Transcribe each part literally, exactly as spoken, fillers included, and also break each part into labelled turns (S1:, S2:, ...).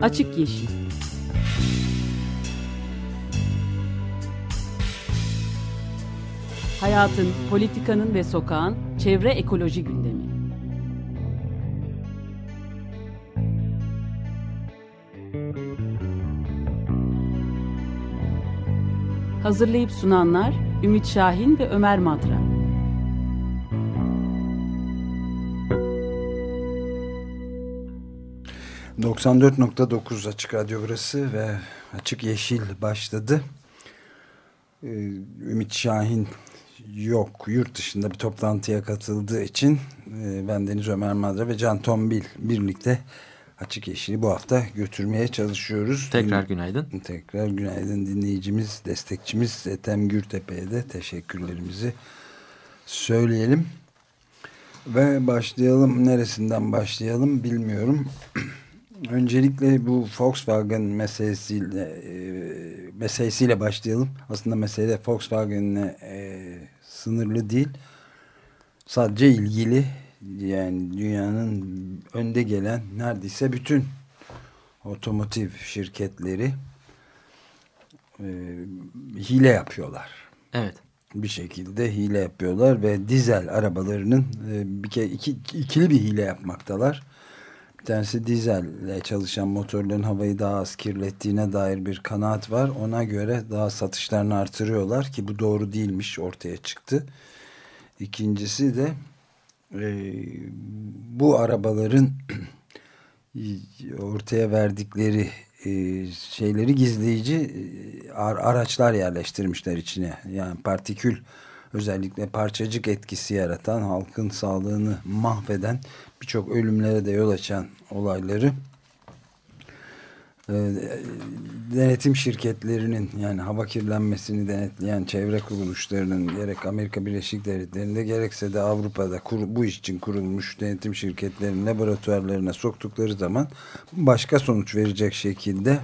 S1: Açık Yeşil. Hayatın, politikanın ve sokağın çevre ekoloji gündemi. Hazırlayıp sunanlar Ümit Şahin ve Ömer Madra.
S2: doksan dört nokta dokuz Açık Radyo burası ve Açık Yeşil başladı. Ee, Ümit Şahin yok, yurt dışında bir toplantıya katıldığı için e, ben Deniz Ömer Madra ve Can Tombil birlikte Açık Yeşil'i bu hafta götürmeye çalışıyoruz.
S3: Tekrar günaydın.
S2: Tekrar günaydın dinleyicimiz, destekçimiz Ethem Gürtepe'ye de teşekkürlerimizi söyleyelim. Ve başlayalım. Neresinden başlayalım bilmiyorum. Öncelikle bu Volkswagen meselesiyle e, meselesiyle başlayalım. Aslında mesele Volkswagen'le e, sınırlı değil. Sadece ilgili, yani dünyanın önde gelen neredeyse bütün otomotiv şirketleri e, hile yapıyorlar.
S3: Evet.
S2: Bir şekilde hile yapıyorlar ve dizel arabalarının e, bir kere iki, ikili bir hile yapmaktalar. Bir tanesi dizelle çalışan motorların havayı daha az kirlettiğine dair bir kanaat var. Ona göre daha satışlarını artırıyorlar ki bu doğru değilmiş, ortaya çıktı. İkincisi de e, bu arabaların ortaya verdikleri e, şeyleri gizleyici e, araçlar yerleştirmişler içine. Yani partikül, özellikle parçacık etkisi yaratan, halkın sağlığını mahveden, birçok ölümlere de yol açan olayları e, denetim şirketlerinin, yani hava kirlenmesini denetleyen çevre kuruluşlarının gerek Amerika Birleşik Devletleri'nde gerekse de Avrupa'da kur, bu iş için kurulmuş denetim şirketlerinin laboratuvarlarına soktukları zaman başka sonuç verecek şekilde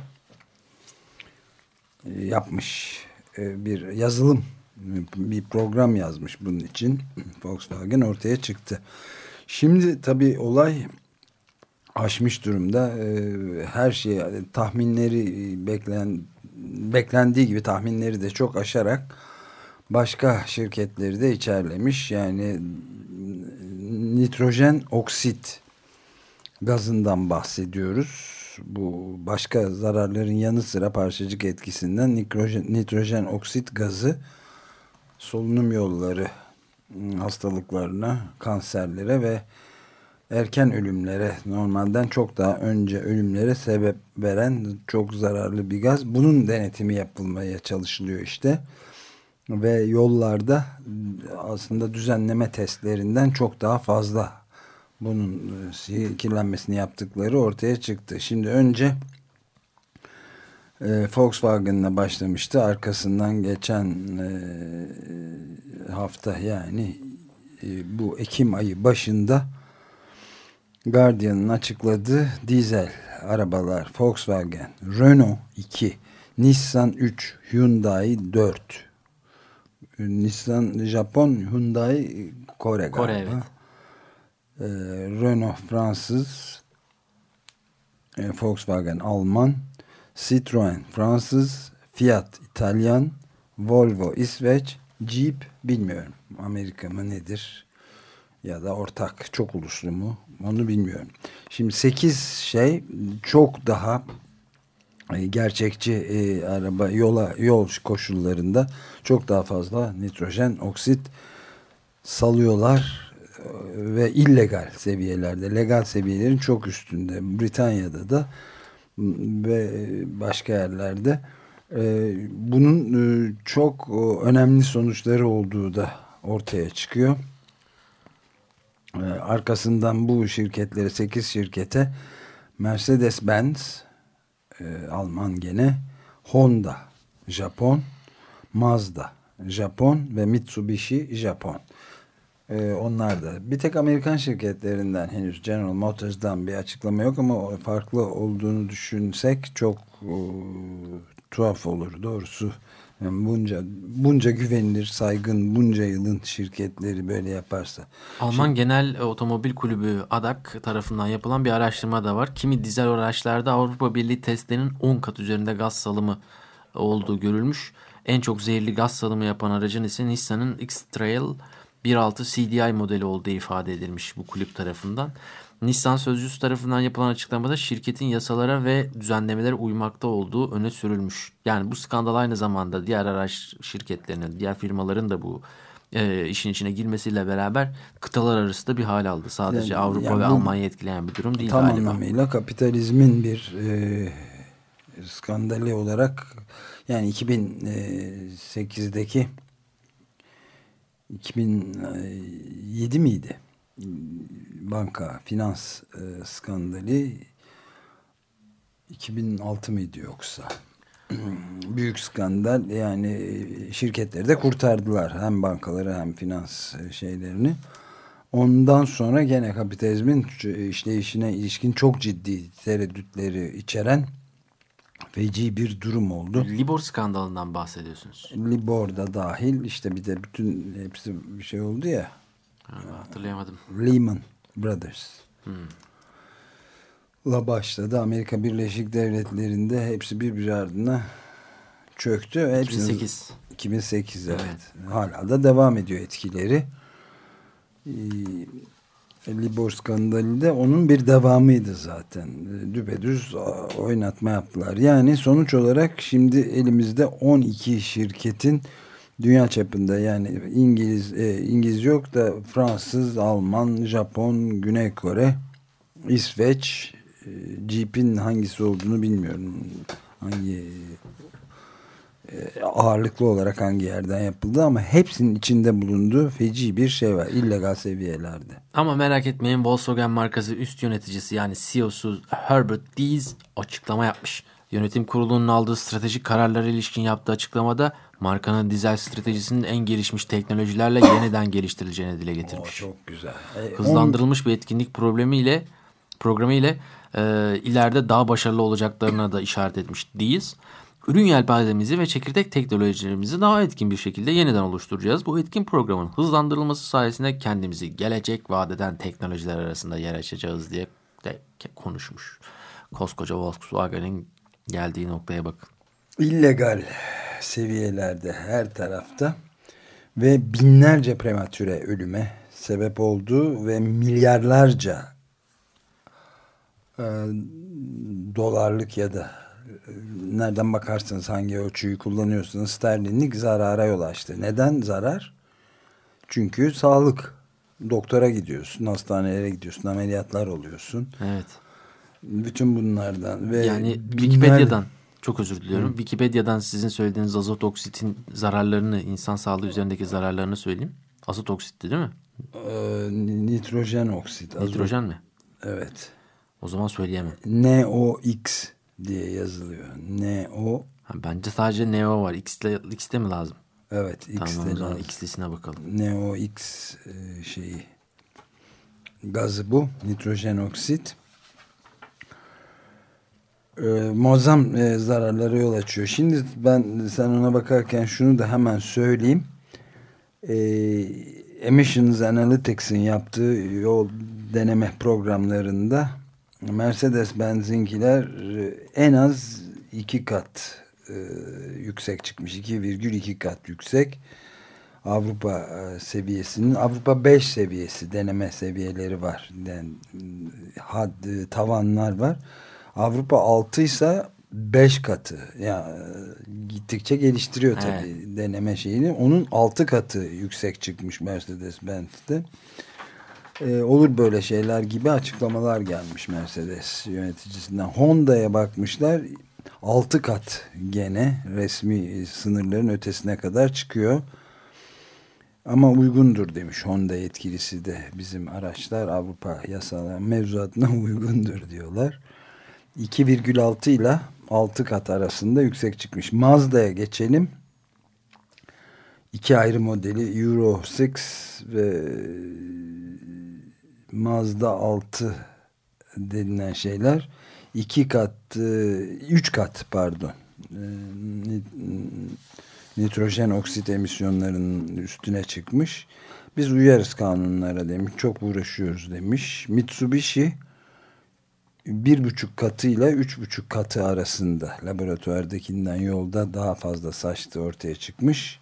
S2: e, yapmış e, bir yazılım, bir program yazmış bunun için. Volkswagen ortaya çıktı. Şimdi tabii olay aşmış durumda. Her şey, tahminleri beklen, beklendiği gibi tahminleri de çok aşarak başka şirketleri de içerlemiş. Yani nitrojen oksit gazından bahsediyoruz. Bu başka zararların yanı sıra parçacık etkisinden nitrojen, nitrojen oksit gazı solunum yolları hastalıklarına, kanserlere ve erken ölümlere, normalden çok daha önce ölümlere sebep veren çok zararlı bir gaz. Bunun denetimi yapılmaya çalışılıyor işte. Ve yollarda aslında düzenleme testlerinden çok daha fazla bunun kirlenmesini yaptıkları ortaya çıktı. Şimdi önce e, Volkswagen'la başlamıştı. Arkasından geçen e, hafta, yani e, bu Ekim ayı başında Guardian'ın açıkladığı dizel arabalar Volkswagen, Renault iki, Nissan üç, Hyundai dört, Nissan Japon, Hyundai Kore galiba.
S3: Kore, evet.
S2: Ee, Renault Fransız, e, Volkswagen Alman, Citroen Fransız, Fiat İtalyan, Volvo İsveç, Jeep bilmiyorum Amerika mı nedir ya da ortak, çok uluslu mu onu bilmiyorum. Şimdi sekiz şey çok daha gerçekçi e, araba yola yol koşullarında çok daha fazla nitrojen oksit salıyorlar e, ve illegal seviyelerde, legal seviyelerin çok üstünde. Britanya'da da ve başka yerlerde e, bunun e, çok e, önemli sonuçları olduğu da ortaya çıkıyor. E, arkasından bu şirketlere, sekiz şirkete Mercedes-Benz e, Alman gene, Honda Japon, Mazda Japon ve Mitsubishi Japon. Ee, onlar da. Bir tek Amerikan şirketlerinden henüz General Motors'dan bir açıklama yok ama farklı olduğunu düşünsek çok e, tuhaf olur doğrusu. Yani bunca bunca güvenilir, saygın, bunca yılın şirketleri böyle yaparsa.
S3: Alman Şimdi, Genel Otomobil Kulübü A D A C tarafından yapılan bir araştırma da var. Kimi dizel araçlarda Avrupa Birliği testlerinin on kat üzerinde gaz salımı olduğu görülmüş. En çok zehirli gaz salımı yapan aracın ise Nissan'ın X-Trail bir nokta altı C D I modeli olduğu ifade edilmiş bu kulüp tarafından. Nissan sözcüsü tarafından yapılan açıklamada şirketin yasalara ve düzenlemelere uymakta olduğu öne sürülmüş. Yani bu skandal aynı zamanda diğer araç şirketlerinin, diğer firmaların da bu e, işin içine girmesiyle beraber kıtalar arası da bir hal aldı. Sadece yani, Avrupa yani ve Almanya'yı etkileyen bir durum değil
S2: tam
S3: galiba.
S2: Tam anlamıyla kapitalizmin bir e, skandali olarak, yani iki bin sekizdeki iki bin yedi miydi? Banka, finans e, skandali, iki bin altı mıydı yoksa? Büyük skandal, yani şirketleri de kurtardılar. Hem bankaları hem finans şeylerini. Ondan sonra gene kapitalizmin işleyişine ilişkin çok ciddi tereddütleri içeren feci bir durum oldu.
S3: Libor skandalından bahsediyorsunuz.
S2: Libor da dahil, işte bir de bütün hepsi bir şey oldu ya.
S3: Ha, hatırlayamadım.
S2: Lehman Brothers.
S3: Hmm.
S2: La başladı. Amerika Birleşik Devletleri'nde hepsi birbiri ardına çöktü.
S3: iki bin sekiz.
S2: iki bin sekiz evet. evet. Hala da devam ediyor etkileri. Ee, Libor skandali de onun bir devamıydı zaten. Düpedüz oynatma yaptılar. Yani sonuç olarak şimdi elimizde on iki şirketin dünya çapında, yani İngiliz e, İngiliz yok da Fransız, Alman, Japon, Güney Kore, İsveç, e, Jeep'in hangisi olduğunu bilmiyorum. Hangi e, ağırlıklı olarak hangi yerden yapıldı, ama hepsinin içinde bulunduğu feci bir şey var. İllegal seviyelerde.
S3: Ama merak etmeyin, Volkswagen markası üst yöneticisi, yani C E O'su Herbert Diess açıklama yapmış. Yönetim kurulunun aldığı stratejik kararlara ilişkin yaptığı açıklamada markanın dizel stratejisinin en gelişmiş teknolojilerle yeniden geliştirileceğini dile getirmiş.
S2: O çok güzel.
S3: E, Hızlandırılmış on... bir etkinlik problemiyle programı ile e, ileride daha başarılı olacaklarına da işaret etmiş Diess. Ürün yelpazemizi ve çekirdek teknolojilerimizi daha etkin bir şekilde yeniden oluşturacağız. Bu etkin programın hızlandırılması sayesinde kendimizi gelecek vaat eden teknolojiler arasında yer açacağız diye de konuşmuş. Koskoca Volkswagen'in geldiği noktaya bakın.
S2: İllegal seviyelerde her tarafta ve binlerce prematüre ölüme sebep oldu ve milyarlarca e, dolarlık ya da e, nereden bakarsanız, hangi ölçüyü kullanıyorsanız, sterlinlik zarara yol açtı. Neden zarar? Çünkü sağlık. Doktora gidiyorsun, hastanelere gidiyorsun, ameliyatlar oluyorsun.
S3: Evet.
S2: Bütün bunlardan ve
S3: yani Wikipedia'dan çok özür diliyorum. Hı. Wikipedia'dan sizin söylediğiniz azot oksitin zararlarını, insan sağlığı üzerindeki zararlarını söyleyeyim. Azot oksitti değil mi?
S2: Ee, nitrojen oksit.
S3: Nitrojen
S2: azot.
S3: mi?
S2: Evet.
S3: O zaman söyleyemem.
S2: N O X diye yazılıyor. N O.
S3: Ha, bence sadece N O var. X'te, X'te mi lazım?
S2: Evet. X'te
S3: tamam, o zaman
S2: lazım.
S3: X'lisine bakalım.
S2: N O X e, şeyi. Gazı bu. Nitrojen oksit. E, muazzam e, zararlara yol açıyor. Şimdi ben sen ona bakarken şunu da hemen söyleyeyim. E, Emissions Analytics'in yaptığı yol deneme programlarında Mercedes-Benz'inkiler en az iki kat e, yüksek çıkmış. iki virgül iki kat yüksek. Avrupa e, seviyesinin, Avrupa beş seviyesi deneme seviyeleri var. Yani, had, tavanlar var. Avrupa altı ise beş katı. Yani gittikçe geliştiriyor tabii evet. deneme şeyini. Onun altı katı yüksek çıkmış Mercedes-Benz'de. Ee, olur böyle şeyler gibi açıklamalar gelmiş Mercedes yöneticisinden. Honda'ya bakmışlar. altı kat gene resmi sınırların ötesine kadar çıkıyor. Ama uygundur demiş Honda yetkilisi de. Bizim araçlar Avrupa yasaları mevzuatına uygundur diyorlar. iki virgül altı ile altı kat arasında yüksek çıkmış. Mazda'ya geçelim. İki ayrı modeli Euro altı ve Mazda altı denilen şeyler iki kat, üç kat pardon nitrojen oksit emisyonlarının üstüne çıkmış. Biz uyarız kanunlara demiş. Çok uğraşıyoruz demiş. Mitsubishi bir buçuk katıyla üç buçuk katı arasında laboratuvardakinden yolda daha fazla saçtı ortaya çıkmış.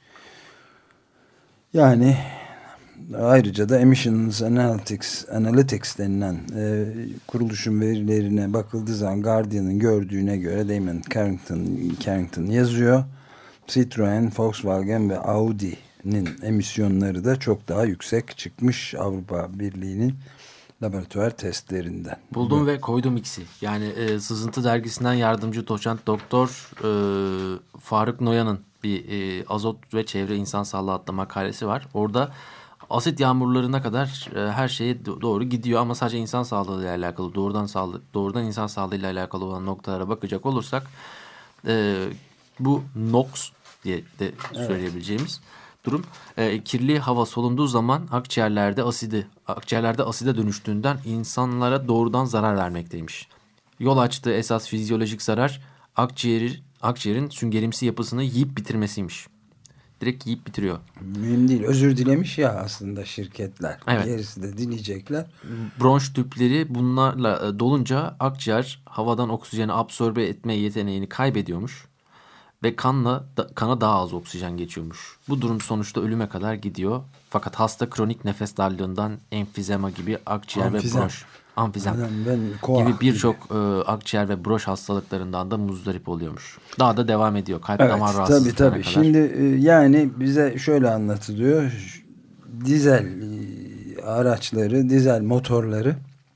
S2: Yani ayrıca da Emissions Analytics, Analytics denilen e, kuruluşun verilerine bakıldığı zaman Guardian'ın gördüğüne göre Damon Carrington, Carrington yazıyor. Citroen, Volkswagen ve Audi'nin emisyonları da çok daha yüksek çıkmış Avrupa Birliği'nin laboratuvar testlerinden.
S3: Buldum ve koydum ikisi. Yani e, Sızıntı dergisinden yardımcı doçent doktor e, Faruk Noyan'ın bir e, azot ve çevre insan sağlığı adlı makalesi var. Orada asit yağmurlarına kadar e, her şeye do- doğru gidiyor ama sadece insan sağlığı ile alakalı, doğrudan sağlık, doğrudan insan sağlığı ile alakalı olan noktalara bakacak olursak e, bu NOx diye de söyleyebileceğimiz evet. durum e, kirli hava solunduğu zaman akciğerlerde asidi akciğerlerde aside dönüştüğünden insanlara doğrudan zarar vermekteymiş. Yol açtığı esas fizyolojik zarar akciğeri, akciğerin süngerimsi yapısını yiyip bitirmesiymiş. Direkt yiyip bitiriyor.
S2: Mühim değil. Özür dilemiş ya aslında şirketler.
S3: Evet.
S2: Gerisi de dileyecekler.
S3: Bronş tüpleri bunlarla dolunca akciğer havadan oksijeni absorbe etme yeteneğini kaybediyormuş. Ve kanla da, kana daha az oksijen geçiyormuş. Bu durum sonuçta ölüme kadar gidiyor. Fakat hasta kronik nefes darlığından emfizema gibi akciğer
S2: Amfizem.
S3: ve bronş amfizem
S2: Ben, ben,
S3: gibi birçok e, akciğer ve bronş hastalıklarından da muzdarip oluyormuş. Daha da devam ediyor. Kalp
S2: evet,
S3: damar
S2: tabii
S3: rahatsızlıklarına
S2: tabii.
S3: kadar.
S2: Şimdi e, yani bize şöyle anlatılıyor. Dizel e, araçları, dizel motorları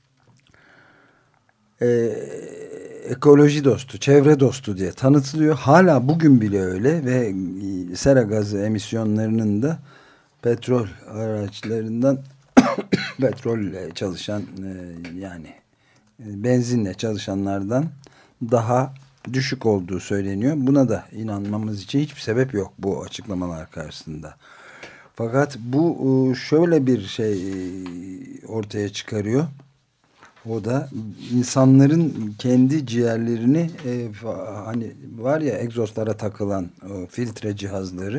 S2: e, ekoloji dostu, çevre dostu diye tanıtılıyor. Hala bugün bile öyle ve sera gazı emisyonlarının da petrol araçlarından petrolle çalışan e, yani e, benzinle çalışanlardan daha düşük olduğu söyleniyor. Buna da inanmamız için hiçbir sebep yok bu açıklamalar karşısında. Fakat bu e, şöyle bir şey e, ortaya çıkarıyor. O da insanların kendi ciğerlerini e, hani var ya egzozlara takılan o filtre cihazları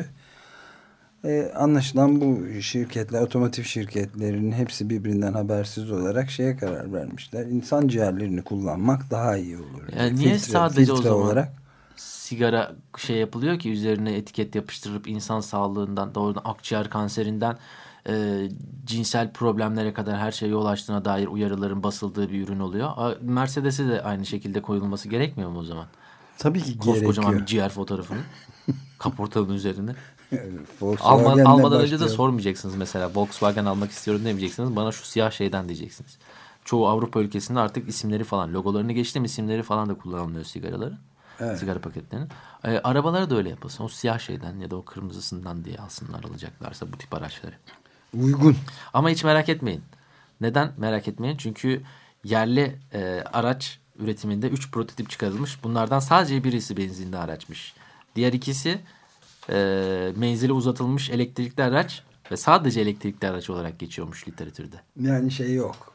S2: e, anlaşılan bu şirketler, otomotiv şirketlerinin hepsi birbirinden habersiz olarak şeye karar vermişler. İnsan ciğerlerini kullanmak daha iyi olur.
S3: Yani niye
S2: filtre,
S3: sadece
S2: filtre
S3: o zaman
S2: olarak
S3: sigara şey yapılıyor ki üzerine etiket yapıştırıp insan sağlığından doğrudan akciğer kanserinden e, cinsel problemlere kadar her şeye yol açtığına dair uyarıların basıldığı bir ürün oluyor. Mercedes'e de aynı şekilde koyulması gerekmiyor mu o zaman?
S2: tabii ki
S3: Koskocaman
S2: gerekiyor.
S3: bir ciğer fotoğrafını kaportanın üzerinde.
S2: Volkswagen'le
S3: Alma, almadan önce de
S2: başlayalım.
S3: sormayacaksınız mesela. Volkswagen almak istiyorum demeyeceksiniz. Bana şu siyah şeyden diyeceksiniz. Çoğu Avrupa ülkesinde artık isimleri falan, logolarını geçtim, isimleri falan da kullanılıyor sigaraları. Evet. Sigara paketlerinin. E, arabalara da öyle yapılsın. O siyah şeyden ya da o kırmızısından diye alsınlar alacaklarsa bu tip araçları.
S2: Uygun.
S3: Ama hiç merak etmeyin. Neden merak etmeyin? Çünkü yerli e, araç üretiminde üç prototip çıkarılmış. Bunlardan sadece birisi benzinli araçmış. Diğer ikisi e, menzili uzatılmış elektrikli araç ve sadece elektrikli araç olarak geçiyormuş literatürde.
S2: Yani şey yok.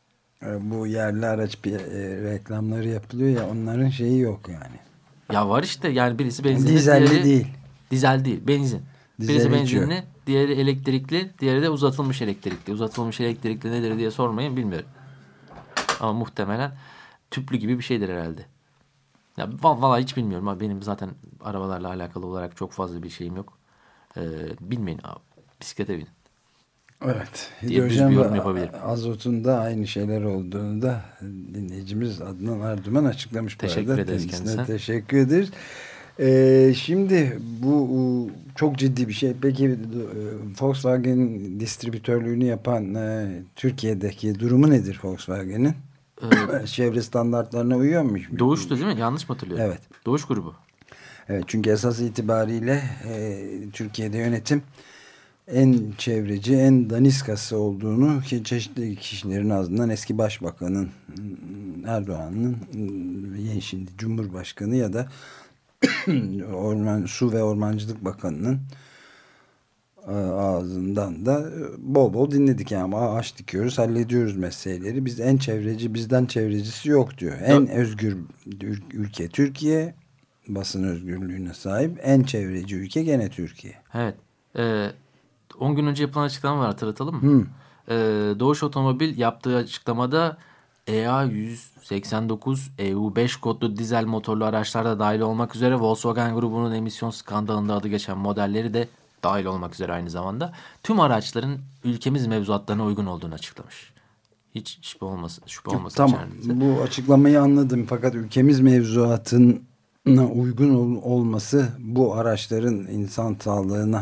S2: Bu yerli araç bir, e, reklamları yapılıyor ya onların şeyi yok yani.
S3: Ya var işte yani birisi benzinli.
S2: Dizelli
S3: diğeri,
S2: değil.
S3: Dizel değil, benzin.
S2: Dizel
S3: birisi benzinli,
S2: içiyor.
S3: diğeri elektrikli, diğeri de uzatılmış elektrikli. Uzatılmış elektrikli nedir diye sormayın, bilmiyorum. Ama muhtemelen tüplü gibi bir şeydir herhalde. Ya vallahi hiç bilmiyorum abi. Benim zaten arabalarla alakalı olarak çok fazla bir şeyim yok. Ee, bilmeyin abi. Bisiklete binin.
S2: Evet.
S3: Diye düz bir
S2: Hidrojen
S3: yorum
S2: ve
S3: yapabilirim.
S2: azotun da aynı şeyler olduğunu da dinleyicimiz Adnan Arduman açıklamış.
S3: Teşekkür
S2: bu arada.
S3: ederiz
S2: Kendisine
S3: kendisine.
S2: teşekkür ederiz. Ee, şimdi bu çok ciddi bir şey. Peki e, Volkswagen distribütörlüğünü yapan e, Türkiye'deki durumu nedir Volkswagen'in? Ee, Çevre standartlarına uyuyor mu?
S3: Doğuş'tu değil mi? Yanlış mı hatırlıyorum?
S2: Evet.
S3: Doğuş grubu.
S2: Evet, çünkü esas itibariyle e, Türkiye'de yönetim en çevreci, en daniskası olduğunu ki çeşitli kişilerin ağzından eski başbakanın Erdoğan'ın yeni şimdi Cumhurbaşkanı ya da Orman, Su ve Ormancılık Bakanı'nın ağzından da bol bol dinledik yani. Ağaç dikiyoruz, hallediyoruz meseleleri. Biz en çevreci, bizden çevrecisi yok diyor. En özgür ülke Türkiye, basın özgürlüğüne sahip. En çevreci ülke gene Türkiye.
S3: Evet. Ee, on gün önce yapılan açıklama var, hatırlatalım mı?
S2: Hmm.
S3: Ee, Doğuş Otomobil yaptığı açıklamada E A yüz seksen dokuz E U beş kodlu dizel motorlu araçlarda dahil olmak üzere Volkswagen grubunun emisyon skandalında adı geçen modelleri de dahil olmak üzere aynı zamanda tüm araçların ülkemiz mevzuatlarına uygun olduğunu açıklamış. Hiç şüphe olmasın. Şüphe olmasın.
S2: Tamam.
S3: içerimizde.
S2: Bu açıklamayı anladım. Fakat ülkemiz mevzuatına uygun ol- olması bu araçların insan sağlığına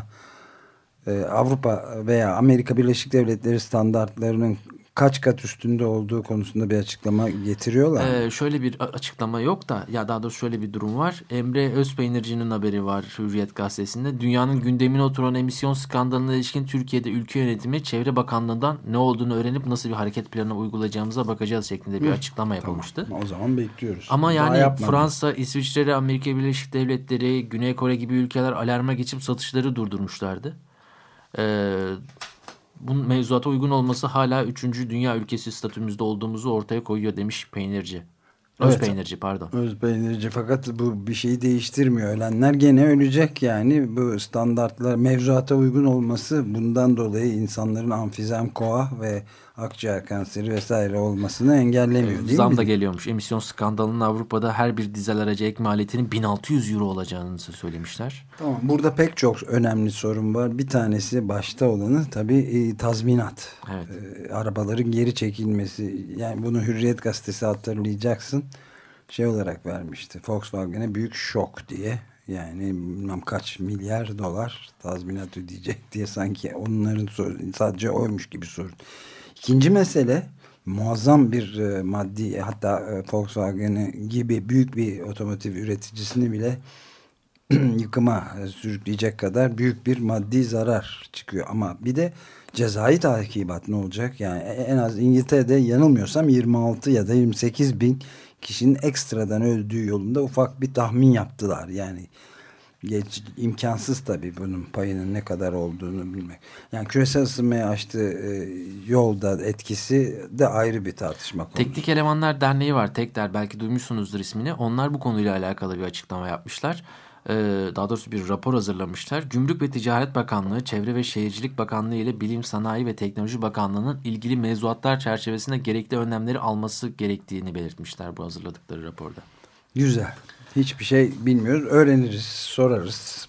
S2: e, Avrupa veya Amerika Birleşik Devletleri standartlarının kaç kat üstünde olduğu konusunda bir açıklama getiriyorlar.
S3: Ee, şöyle bir açıklama yok da, ya daha doğrusu şöyle bir durum var. Emre Özpeynirci'nin haberi var Hürriyet gazetesinde. Dünyanın gündemine oturan emisyon skandalına ilişkin Türkiye'de ülke yönetimi Çevre Bakanlığı'ndan ne olduğunu öğrenip nasıl bir hareket planı uygulayacağımıza bakacağız şeklinde bir Hı. açıklama yapılmıştı.
S2: Tamam. O zaman bekliyoruz.
S3: Ama yani Fransa, İsviçre, Amerika Birleşik Devletleri, Güney Kore gibi ülkeler alarma geçip satışları durdurmuşlardı. Eee Bunun mevzuata uygun olması hala üçüncü dünya ülkesi statümüzde olduğumuzu ortaya koyuyor demiş Peynirci. Öz evet, Peynirci pardon.
S2: Öz Peynirci, fakat bu bir şeyi değiştirmiyor. Ölenler gene ölecek yani. Bu standartlar mevzuata uygun olması bundan dolayı insanların amfizem, koa ve akciğer kanseri vesaire olmasını engellemiyor değil
S3: Zam
S2: mi?
S3: da geliyormuş. Emisyon skandalının Avrupa'da her bir dizel aracı ek maliyetinin bin altı yüz euro olacağını söylemişler.
S2: Tamam, burada pek çok önemli sorun var. Bir tanesi başta olanı tabii e, tazminat.
S3: Evet.
S2: E, arabaların geri çekilmesi. Yani bunu Hürriyet gazetesi hatırlayacaksın. Şey olarak vermişti. Volkswagen'e büyük şok diye. Yani bilmem kaç milyar dolar tazminat ödeyecek diye, sanki onların sorun, sadece oymuş gibi sorun. İkinci mesele, muazzam bir e, maddi, hatta e, Volkswagen gibi büyük bir otomotiv üreticisini bile yıkıma e, sürükleyecek kadar büyük bir maddi zarar çıkıyor. Ama bir de cezai takibat ne olacak? Yani en az İngiltere'de yanılmıyorsam yirmi altı ya da yirmi sekiz bin kişinin ekstradan öldüğü yolunda ufak bir tahmin yaptılar. Yani geç, imkansız tabii bunun payının ne kadar olduğunu bilmek. Yani küresel ısınmaya açtığı e, yolda etkisi de ayrı bir tartışma konusu.
S3: Teknik Elemanlar Derneği var. Tekder, belki duymuşsunuzdur ismini. Onlar bu konuyla alakalı bir açıklama yapmışlar. Ee, daha doğrusu bir rapor hazırlamışlar. Gümrük ve Ticaret Bakanlığı, Çevre ve Şehircilik Bakanlığı ile Bilim, Sanayi ve Teknoloji Bakanlığı'nın ilgili mevzuatlar çerçevesinde gerekli önlemleri alması gerektiğini belirtmişler bu hazırladıkları raporda.
S2: Güzel. Hiçbir şey bilmiyoruz. Öğreniriz, sorarız.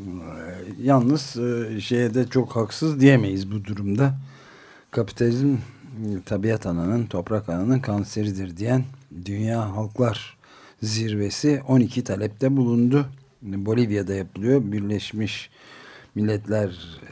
S2: Yalnız şeye de çok haksız diyemeyiz bu durumda. Kapitalizm tabiat ananın, toprak ananın kanseridir diyen Dünya Halklar Zirvesi on iki talepte bulundu. Bolivya'da yapılıyor. Birleşmiş Milletler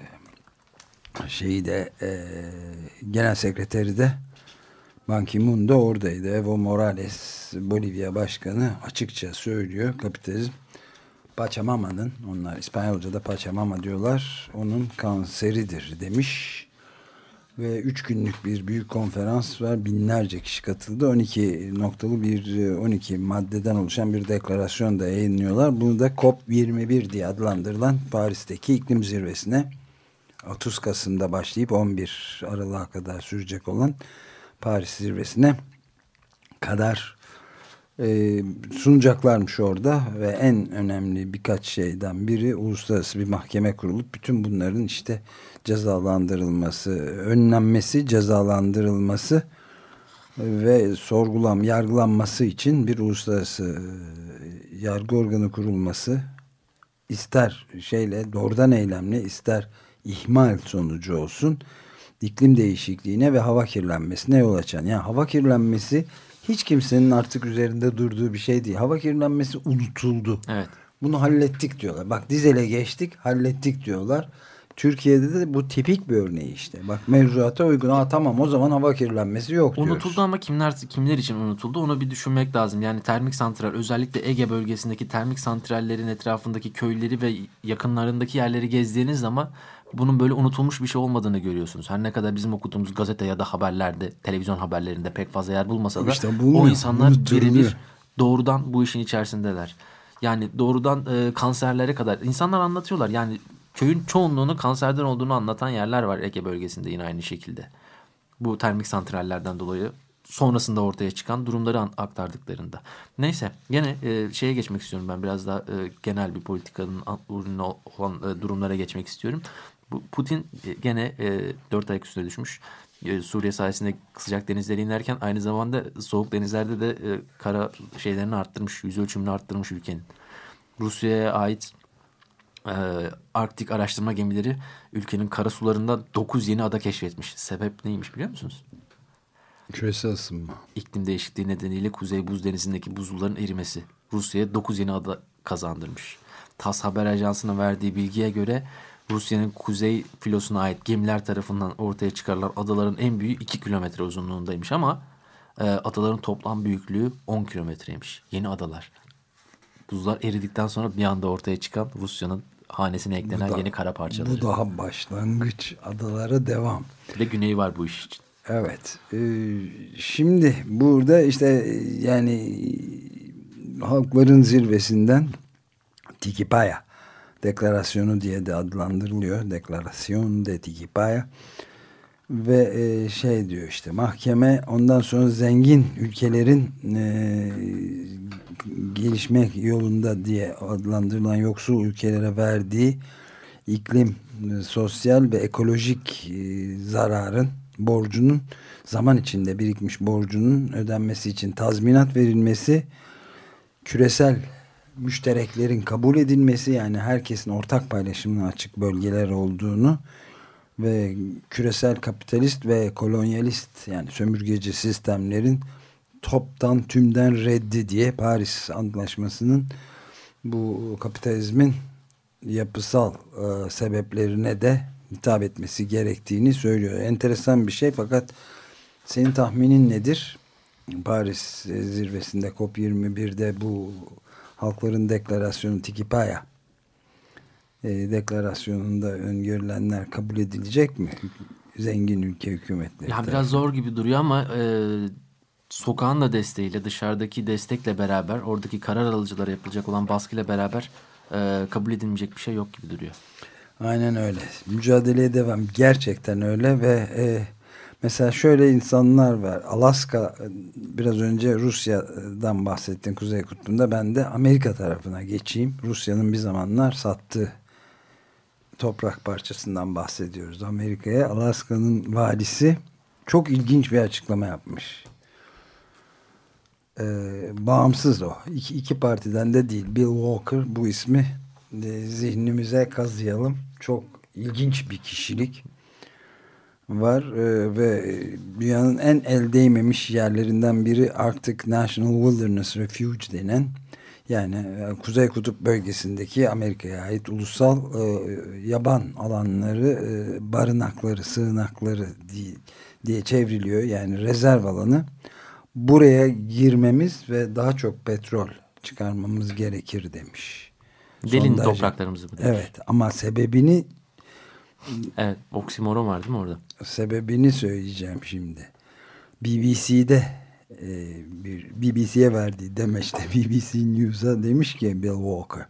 S2: şeyi de e, Genel Sekreteri de Ban Ki-moon da oradaydı. Evo Morales, Bolivya Başkanı, açıkça söylüyor. Kapitalizm Pachamama'nın, onlar İspanyolca'da Pachamama diyorlar, onun kanseridir demiş. Ve üç günlük bir büyük konferans var. Binlerce kişi katıldı. on iki noktalı bir on iki maddeden oluşan bir deklarasyon da yayınlıyorlar. Bunu da COP yirmi bir diye adlandırılan Paris'teki iklim zirvesine otuz Kasım'da başlayıp on bir Aralık'a kadar sürecek olan Paris zirvesine kadar e, sunacaklarmış orada. Ve en önemli birkaç şeyden biri, uluslararası bir mahkeme kurulup bütün bunların işte cezalandırılması, önlenmesi, cezalandırılması ve sorgulam, yargılanması için bir uluslararası yargı organı kurulması, ister şeyle, doğrudan eylemle, ister ihmal sonucu olsun, iklim değişikliğine ve hava kirlenmesine yol açan. Yani hava kirlenmesi hiç kimsenin artık üzerinde durduğu bir şey değil. Hava kirlenmesi unutuldu.
S3: Evet.
S2: Bunu hallettik diyorlar. Bak, dizele geçtik, hallettik diyorlar. Türkiye'de de bu tipik bir örneği işte. Bak, mevzuata uygun. Aa, tamam, o zaman hava kirlenmesi yok diyoruz.
S3: Unutuldu ama kimler kimler için unutuldu onu bir düşünmek lazım. Yani termik santral, özellikle Ege bölgesindeki termik santrallerin etrafındaki köyleri ve yakınlarındaki yerleri gezdiğiniz zaman bunun böyle unutulmuş bir şey olmadığını görüyorsunuz. Her ne kadar bizim okuduğumuz gazete ya da haberlerde, televizyon haberlerinde pek fazla yer bulmasa da işte bulmuyor, o insanlar birebir doğrudan bu işin içerisindeler. Yani doğrudan e, kanserlere kadar insanlar anlatıyorlar. Yani köyün çoğunluğunun kanserden olduğunu anlatan yerler var Ege bölgesinde yine aynı şekilde. Bu termik santrallerden dolayı sonrasında ortaya çıkan durumları aktardıklarında. Neyse gene e, şeye geçmek istiyorum ben biraz daha e, genel bir politikanın ürünü olan e, durumlara geçmek istiyorum. Bu, Putin e, gene e, dört ayak üstüne düşmüş. E, Suriye sayesinde sıcak denizlere inerken aynı zamanda soğuk denizlerde de e, kara şeylerini arttırmış, yüz ölçümünü arttırmış ülkenin. Rusya'ya ait e, Arktik araştırma gemileri ülkenin kara sularında dokuz yeni ada keşfetmiş. Sebep neymiş biliyor musunuz?
S2: Küresel ısınma.
S3: İklim değişikliği nedeniyle Kuzey Buz Denizi'ndeki buzulların erimesi Rusya'ya dokuz yeni ada kazandırmış. TASS haber ajansına verdiği bilgiye göre Rusya'nın kuzey filosuna ait gemiler tarafından ortaya çıkarılan adaların en büyüğü iki kilometre uzunluğundaymış ama e, adaların toplam büyüklüğü on kilometreymiş. Yeni adalar. Buzlar eridikten sonra bir anda ortaya çıkan Rusya'nın hanesine eklenen da, yeni kara parçaları.
S2: Bu daha başlangıç, adalara devam.
S3: Bir de güneyi var bu iş için.
S2: Evet. E, şimdi burada işte yani halkların zirvesinden Tikipaya deklarasyonu diye de adlandırılıyor. Deklarasyon de Tikipaya. Ve e, şey diyor işte mahkeme ondan sonra zengin ülkelerin e, gelişmek yolunda diye adlandırılan yoksul ülkelere verdiği iklim, e, sosyal ve ekolojik e, zararın, borcunun zaman içinde birikmiş borcunun ödenmesi için tazminat verilmesi, küresel müştereklerin kabul edilmesi, yani herkesin ortak paylaşımına açık bölgeler olduğunu ve küresel kapitalist ve kolonyalist yani sömürgeci sistemlerin toptan tümden reddi diye Paris Antlaşması'nın bu kapitalizmin yapısal e, sebeplerine de hitap etmesi gerektiğini söylüyor. Enteresan bir şey, fakat senin tahminin nedir? Paris zirvesinde COP yirmi bir'de bu Halkların Deklarasyonu Tikipaya e, deklarasyonunda öngörülenler kabul edilecek mi? Zengin ülke hükümetleri.
S3: Ya biraz zor gibi duruyor ama e, sokağın da desteğiyle, dışarıdaki destekle beraber, oradaki karar alıcılara yapılacak olan baskıyla beraber e, kabul edilmeyecek bir şey yok gibi duruyor.
S2: Aynen öyle. Mücadeleye devam. Gerçekten öyle ve e, mesela şöyle insanlar var. Alaska, biraz önce Rusya'dan bahsettin Kuzey Kutbu'nda. Ben de Amerika tarafına geçeyim. Rusya'nın bir zamanlar sattığı toprak parçasından bahsediyoruz Amerika'ya. Alaska'nın valisi çok ilginç bir açıklama yapmış. Ee, bağımsız o. İki, iki partiden de değil. Bill Walker, bu ismi e, zihnimize kazıyalım. Çok ilginç bir kişilik var ee, ve dünyanın en el değmemiş yerlerinden biri Arctic National Wilderness Refuge denen, yani Kuzey Kutup bölgesindeki Amerika'ya ait ulusal e, yaban alanları, e, barınakları, sığınakları diye, diye çevriliyor. Yani rezerv alanı. Buraya girmemiz ve daha çok petrol çıkarmamız gerekir demiş.
S3: Delin
S2: Sondaj...
S3: topraklarımızı bu demiş.
S2: Evet, ama sebebini
S3: evet, oksimoron var değil mi orada?
S2: Sebebini söyleyeceğim şimdi. B B C'de e, bir B B C'ye verdiği demeçte B B C News'a demiş ki Bill Walker,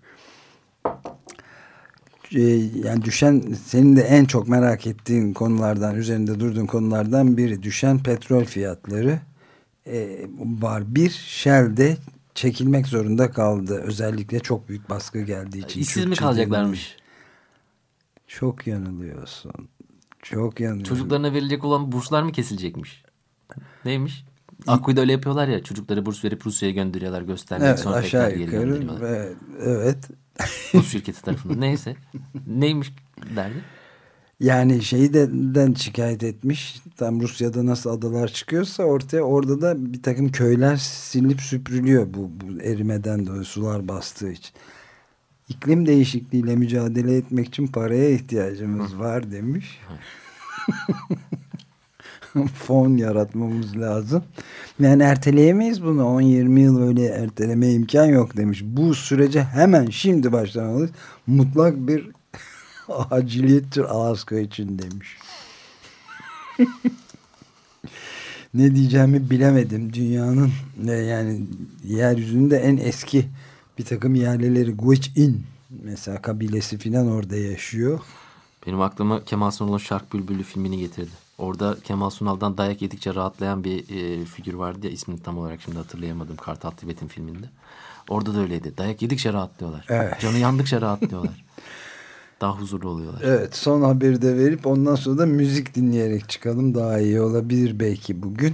S2: e, yani düşen, senin de en çok merak ettiğin konulardan, üzerinde durduğun konulardan biri düşen petrol fiyatları e, var. Bir, Shell'de çekilmek zorunda kaldı. Özellikle çok büyük baskı geldiği için.
S3: İşsiz mi kalacaklarmış?
S2: Çok yanılıyorsun. Çok yanılıyorsun.
S3: Çocuklarına verilecek olan burslar mı kesilecekmiş? Neymiş? Akkuyu'da öyle yapıyorlar ya. Çocuklara burs verip Rusya'ya gönderiyorlar, göstermek.
S2: Evet,
S3: sonra
S2: aşağı
S3: tekrar
S2: yukarı ve evet.
S3: Rus şirketi tarafından. Neyse. Neymiş derdi?
S2: Yani şeyden şikayet etmiş. Tam Rusya'da nasıl adalar çıkıyorsa ortaya, orada da bir takım köyler silinip süpürülüyor bu, bu erimeden dolayı, sular bastığı için. İklim değişikliğiyle mücadele etmek için paraya ihtiyacımız var demiş. Fon yaratmamız lazım. Yani erteleyemeyiz bunu. on yirmi yıl öyle ertelemeye imkan yok demiş. Bu sürece hemen şimdi başlamalıyız. Mutlak bir aciliyettir Alaska için demiş. Ne diyeceğimi bilemedim. Dünyanın yani yeryüzünde en eski bir takım yerlileri, Gwich'in mesela kabilesi filan orada yaşıyor.
S3: Benim aklıma Kemal Sunal'ın Şark Bülbülü filmini getirdi. Orada Kemal Sunal'dan dayak yedikçe rahatlayan bir e, figür vardı ya, ismini tam olarak şimdi hatırlayamadım, Kartal Tibet'in filminde. Orada da öyleydi. Dayak yedikçe rahatlıyorlar. Evet. Canı yandıkça rahatlıyorlar. Daha huzurlu oluyorlar.
S2: Evet, son haberi de verip ondan sonra da müzik dinleyerek çıkalım. Daha iyi olabilir belki bugün.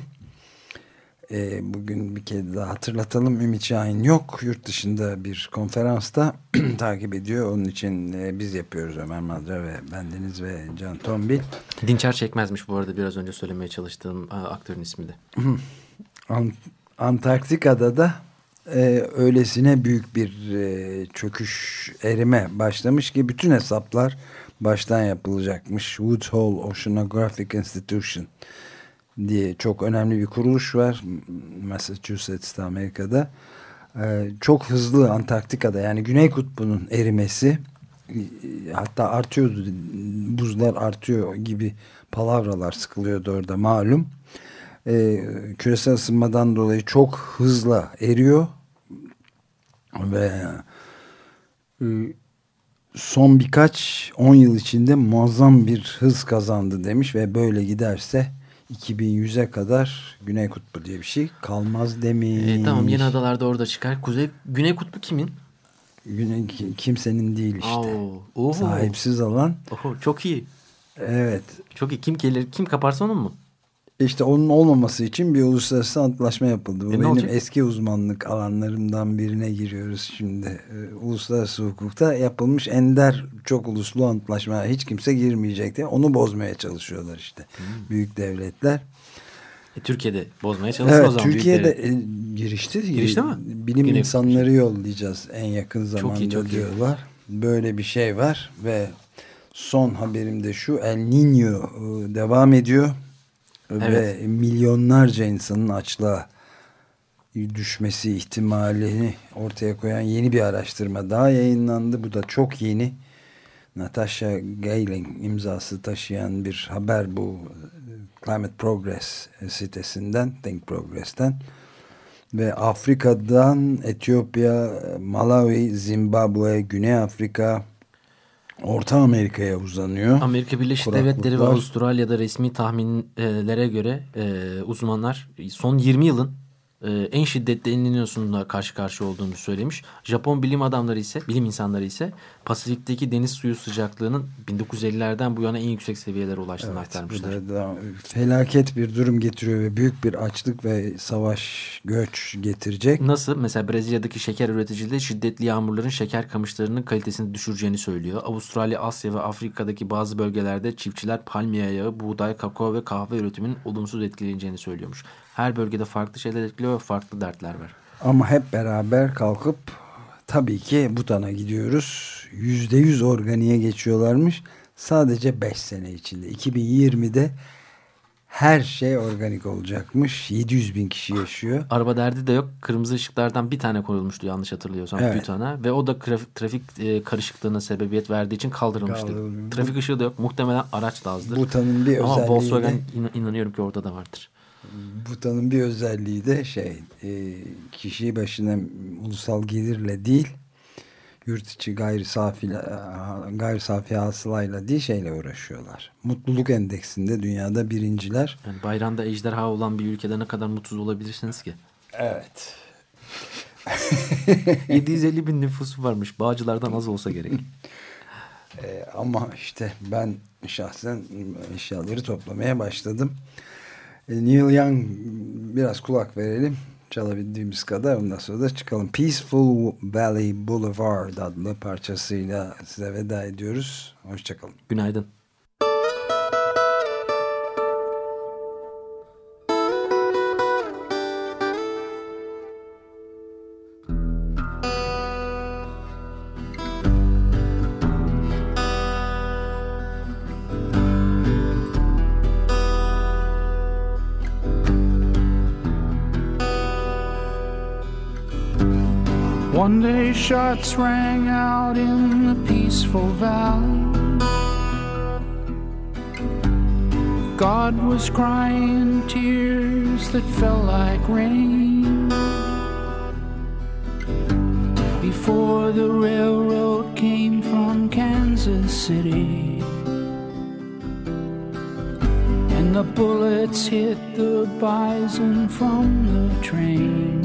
S2: Ee, bugün bir kez daha hatırlatalım. Ümit Şahin yok. Yurt dışında bir konferansta takip ediyor. Onun için e, biz yapıyoruz, Ömer Madra ve bendeniz ve Can Tombil.
S3: Dinçer Çekmez'miş bu arada biraz önce söylemeye çalıştığım a, aktörün ismi de.
S2: Ant Antarktika'da da e, öylesine büyük bir e, çöküş, erime başlamış ki bütün hesaplar baştan yapılacakmış. Woods Hole Oceanographic Institution diye çok önemli bir kuruluş var Massachusetts'ta, Amerika'da. Ee, çok hızlı Antarktika'da, yani Güney Kutbu'nun erimesi, hatta artıyor, buzlar artıyor gibi palavralar sıkılıyordu orada malum. Ee, küresel ısınmadan dolayı çok hızla eriyor ve e, son birkaç on yıl içinde muazzam bir hız kazandı demiş ve böyle giderse iki bin yüze kadar Güney Kutbu diye bir şey kalmaz demiş.
S3: E, tamam, yeni adalarda orada çıkar. Kuzey Güney Kutbu kimin?
S2: Güney, kimsenin değil işte.
S3: Oo, oo.
S2: Sahipsiz alan.
S3: Oho, çok iyi.
S2: Evet.
S3: Çok iyi. Kim gelir, kim kaparsa onun mu?
S2: İşte onun olmaması için bir uluslararası antlaşma yapıldı. Bu
S3: e,
S2: benim eski uzmanlık alanlarımdan birine giriyoruz şimdi. Ee, uluslararası hukukta yapılmış ender çok uluslu antlaşma. Hiç kimse girmeyecekti. Onu bozmaya çalışıyorlar işte. Hmm. Büyük devletler.
S3: E, Türkiye'de bozmaya çalışsın
S2: evet,
S3: o zaman.
S2: Türkiye'de e, girişti.
S3: Girişti mi?
S2: Bilim Güney insanları Kutbu. Yollayacağız en yakın zamanda, çok iyi, çok diyorlar.
S3: İyi.
S2: Böyle bir şey var ve son haberim de şu: El Niño devam ediyor. Evet. Ve milyonlarca insanın açlığa düşmesi ihtimalini ortaya koyan yeni bir araştırma daha yayınlandı. Bu da çok yeni. Natasha Gayling imzası taşıyan bir haber bu. Climate Progress sitesinden, Think Progress'ten. Ve Afrika'dan Etiyopya, Malawi, Zimbabwe, Güney Afrika, Orta Amerika'ya uzanıyor.
S3: Amerika Birleşik Devletleri ve Avustralya'da resmi tahminlere göre e, uzmanlar son yirmi yılın e, en şiddetli El Niño'sunla karşı karşıya olduğunu söylemiş. Japon bilim adamları ise, bilim insanları ise Pasifik'teki deniz suyu sıcaklığının bin dokuz yüz ellilerden bu yana en yüksek seviyelere ulaştığını evet, aktarmışlar.
S2: Bu da felaket bir durum getiriyor ve büyük bir açlık ve savaş, göç getirecek.
S3: Nasıl? Mesela Brezilya'daki şeker üreticileri şiddetli yağmurların şeker kamışlarının kalitesini düşüreceğini söylüyor. Avustralya, Asya ve Afrika'daki bazı bölgelerde çiftçiler palmiye yağı, buğday, kakao ve kahve üretiminin olumsuz etkileneceğini söylüyormuş. Her bölgede farklı şeyler etkiliyor ve farklı dertler var.
S2: Ama hep beraber kalkıp tabii ki Butan'a gidiyoruz. Yüzde yüz organiğe geçiyorlarmış. Sadece beş sene içinde. iki bin yirmide her şey organik olacakmış. yedi yüz bin kişi yaşıyor.
S3: Araba derdi de yok. Kırmızı ışıklardan bir tane koyulmuştu yanlış hatırlıyorsam evet. Butan'a. Ve o da trafik e, karışıklığına sebebiyet verdiği için kaldırılmıştı. Kaldırılmış. Trafik ışığı da yok. Muhtemelen araç da azdır.
S2: Butan'ın bir özelliği.
S3: Ama Volkswagen in inanıyorum ki orada da vardır.
S2: Butan'ın bir özelliği de şey, e, kişi başına ulusal gelirle değil, yurt içi gayri safi gayri safi hasılayla değil, şeyle uğraşıyorlar. Mutluluk endeksinde dünyada birinciler.
S3: Yani bayrağında ejderha olan bir ülkede ne kadar mutsuz olabilirsiniz ki?
S2: Evet.
S3: yedi yüz elli bin nüfusu varmış. Bağcılardan az olsa gerek.
S2: e, ama işte ben şahsen eşyaları toplamaya başladım. Neil Young, biraz kulak verelim çalabildiğimiz kadar, ondan sonra da çıkalım. Peaceful Valley Boulevard adlı parçasıyla size veda ediyoruz. Hoşçakalın.
S3: Günaydın.
S4: One day shots rang out in the peaceful valley. God was crying tears that fell like rain before the railroad came from Kansas City. And and the bullets hit the bison from the train.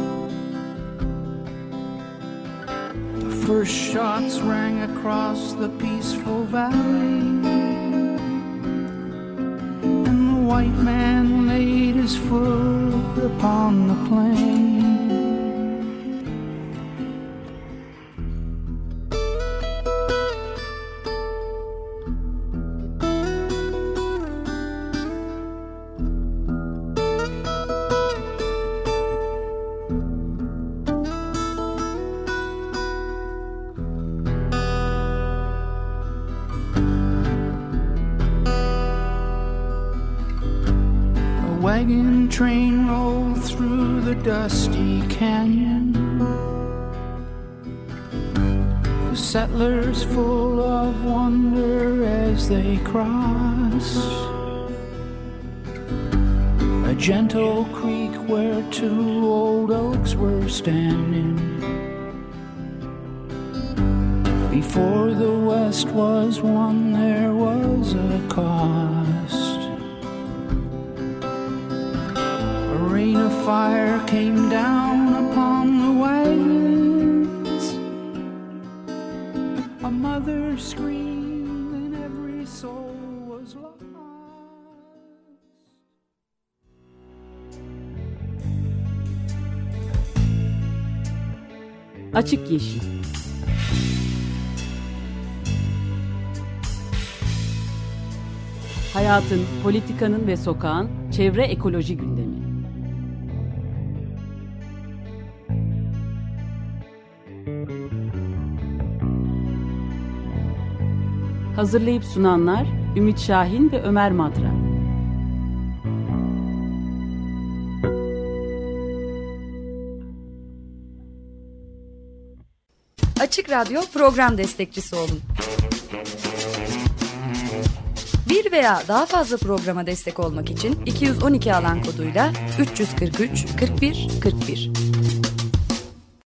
S4: The first shots rang across the peaceful valley, and the white man laid his foot upon the plain. Wagon train rolled through the dusty canyon. The settlers full of wonder as they crossed a gentle creek where two old oaks were standing. Before the west was won, there was a cost. A rain of fire came down upon the wagons. A mother screamed and every soul was lost.
S1: Açık Yeşil. Hayatın, politikanın ve sokağın çevre ekoloji gündemi. Hazırlayıp sunanlar Ümit Şahin ve Ömer Madra.
S5: Açık Radyo program destekçisi olun. Bir veya daha fazla programa destek olmak için iki yüz on iki alan koduyla üç yüz kırk üç kırk bir kırk bir.